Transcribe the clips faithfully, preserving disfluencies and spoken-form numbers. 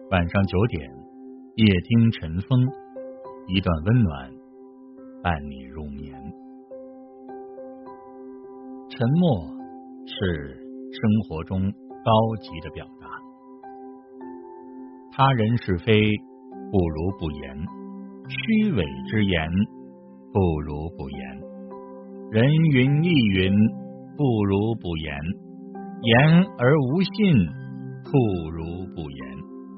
晚上九点，夜听晨风，一段温暖伴你入眠。沉默是生活中高级的表达。他人是非不如不言，虚伪之言不如不言，人云亦云不如不言，言而无信不如不言。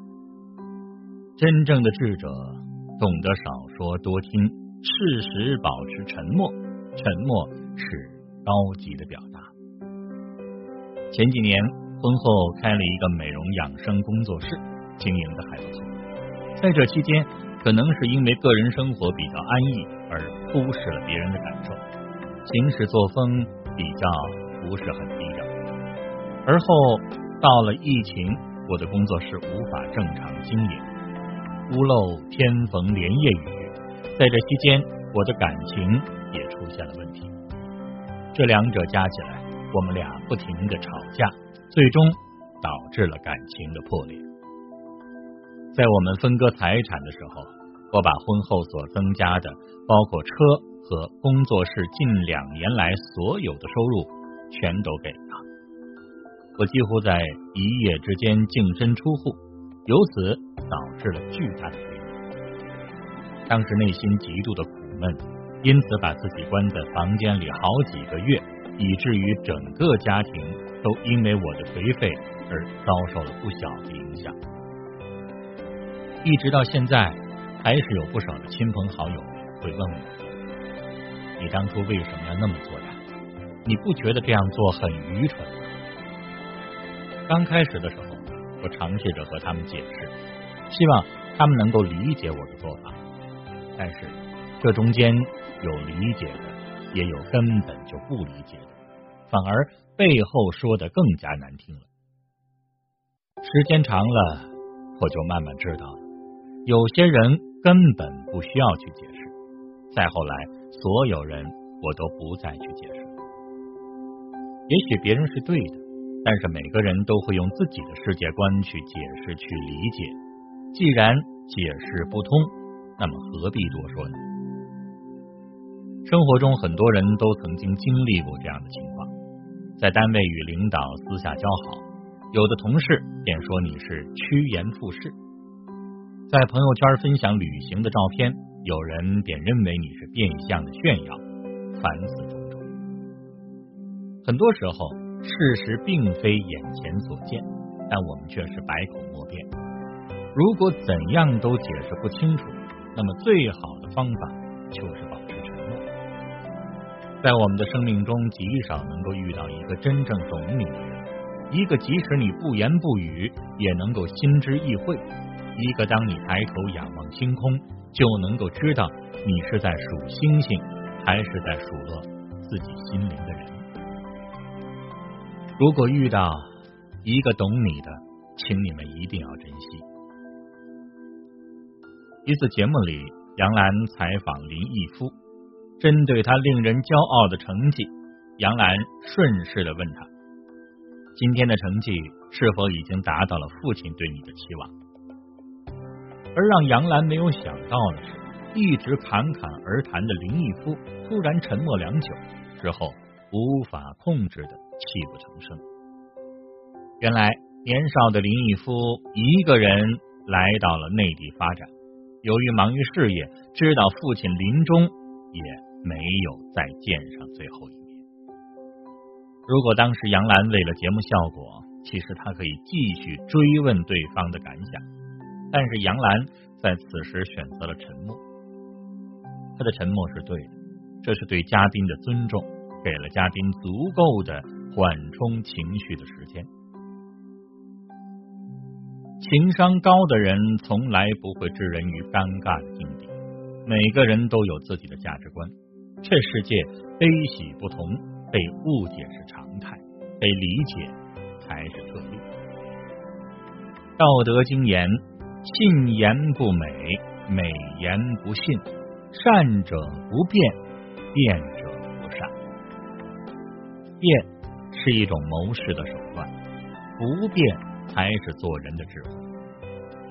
真正的智者懂得少说多听，适时保持沉默，沉默是高级的表达。前几年婚后开了一个美容养生工作室，经营的还不错。在这期间，可能是因为个人生活比较安逸而忽视了别人的感受，行事作风比较不是很低调。而后到了疫情，我的工作室无法正常经营，屋漏天逢连夜雨，在这期间我的感情也出现了问题。这两者加起来，我们俩不停的吵架，最终导致了感情的破裂。在我们分割财产的时候，我把婚后所增加的包括车和工作室近两年来所有的收入全都给他。我几乎在一夜之间净身出户，由此导致了巨大的亏损。当时内心极度的苦闷，因此把自己关在房间里好几个月，以至于整个家庭都因为我的颓废而遭受了不小的影响。一直到现在，还是有不少的亲朋好友会问我，你当初为什么要那么做呀？你不觉得这样做很愚蠢吗？刚开始的时候，我尝试着和他们解释，希望他们能够理解我的做法，但是这中间有理解的，也有根本就不理解的，反而背后说的更加难听了。时间长了，我就慢慢知道了，有些人根本不需要去解释。再后来，所有人我都不再去解释。也许别人是对的，但是每个人都会用自己的世界观去解释、去理解。既然解释不通，那么何必多说呢？生活中很多人都曾经经历过这样的情况，在单位与领导私下交好，有的同事便说你是趋炎附势，在朋友圈分享旅行的照片，有人便认为你是变相的炫耀，凡此种种。很多时候事实并非眼前所见，但我们却是百口莫辩。如果怎样都解释不清楚，那么最好的方法就是保持沉默。在我们的生命中，极少能够遇到一个真正懂你的人，一个即使你不言不语也能够心知意会，一个当你抬头仰望星空就能够知道你是在数星星还是在数落自己心灵的人。如果遇到一个懂你的，请你们一定要珍惜。一次节目里，杨澜采访林毅夫，针对他令人骄傲的成绩，杨澜顺势地问他，今天的成绩是否已经达到了父亲对你的期望？而让杨澜没有想到的是，一直侃侃而谈的林毅夫突然沉默良久之后，无法控制的泣不成声。原来年少的林毅夫一个人来到了内地发展，由于忙于事业，知道父亲临终也没有再见上最后一面。如果当时杨澜为了节目效果，其实他可以继续追问对方的感想，但是杨澜在此时选择了沉默。他的沉默是对的，这是对嘉宾的尊重，给了嘉宾足够的缓冲情绪的时间。情商高的人从来不会置人于尴尬的境地，每个人都有自己的价值观。这世界悲喜不同，被误解是常态，被理解才是特例。道德经言，信言不美，美言不信，善者不辩，辩者不善。辩是一种谋事的手段，不辩才是做人的智慧。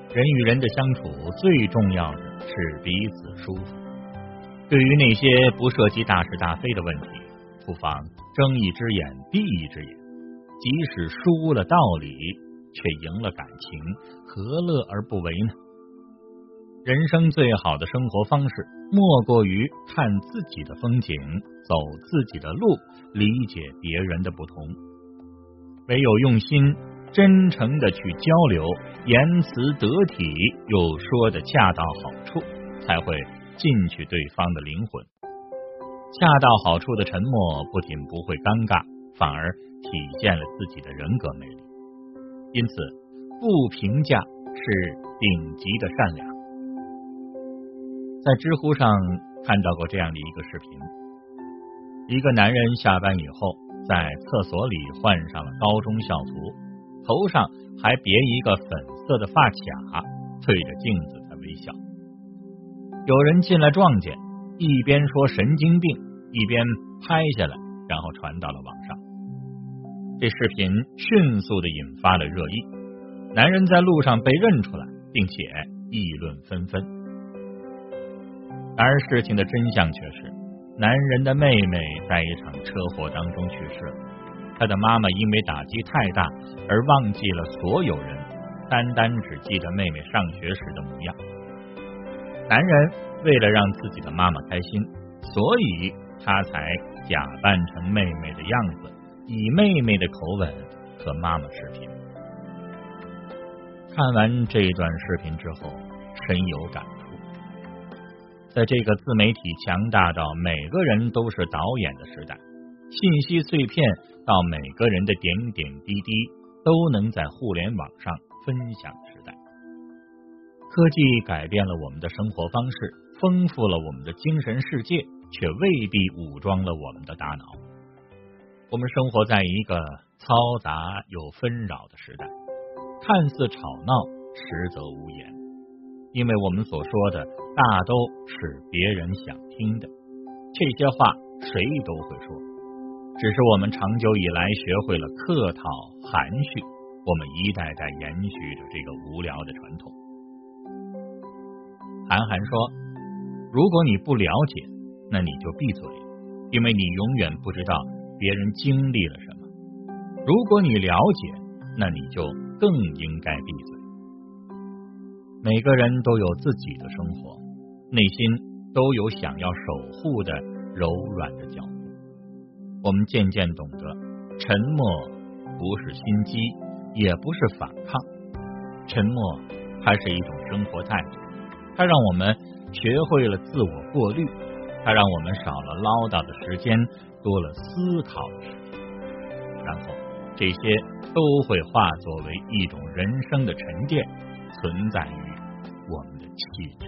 人与人的相处最重要的是彼此舒服。对于那些不涉及大是大非的问题，不妨睁一只眼闭一只眼，即使输了道理，却赢了感情，何乐而不为呢？人生最好的生活方式，莫过于看自己的风景，走自己的路，理解别人的不同。唯有用心真诚的去交流，言辞得体又说得恰到好处，才会进去对方的灵魂。恰到好处的沉默不仅不会尴尬，反而体现了自己的人格魅力。因此，不评价是顶级的善良。在知乎上看到过这样的一个视频，一个男人下班以后，在厕所里换上了高中校服，头上还别一个粉色的发卡，对着镜子在微笑。有人进来撞见，一边说神经病，一边拍下来，然后传到了网上。这视频迅速的引发了热议，男人在路上被认出来，并且议论纷纷。然而事情的真相却是，男人的妹妹在一场车祸当中去世了，他的妈妈因为打击太大而忘记了所有人，单单只记得妹妹上学时的模样。男人为了让自己的妈妈开心，所以他才假扮成妹妹的样子，以妹妹的口吻和妈妈视频。看完这一段视频之后，深有感触。在这个自媒体强大到每个人都是导演的时代，信息碎片到每个人的点点滴滴都能在互联网上分享时代，科技改变了我们的生活方式，丰富了我们的精神世界，却未必武装了我们的大脑。我们生活在一个嘈杂又纷扰的时代，看似吵闹，实则无言，因为我们所说的大都是别人想听的，这些话谁都会说，只是我们长久以来学会了客套含蓄，我们一代代延续着这个无聊的传统。韩寒说，如果你不了解，那你就闭嘴，因为你永远不知道别人经历了什么。如果你了解，那你就更应该闭嘴。每个人都有自己的生活，内心都有想要守护的柔软的角落。我们渐渐懂得，沉默不是心机，也不是反抗，沉默它是一种生活态度，它让我们学会了自我过滤，它让我们少了唠叨的时间，多了思考的时间，然后这些都会化作为一种人生的沉淀，存在于我们的气质。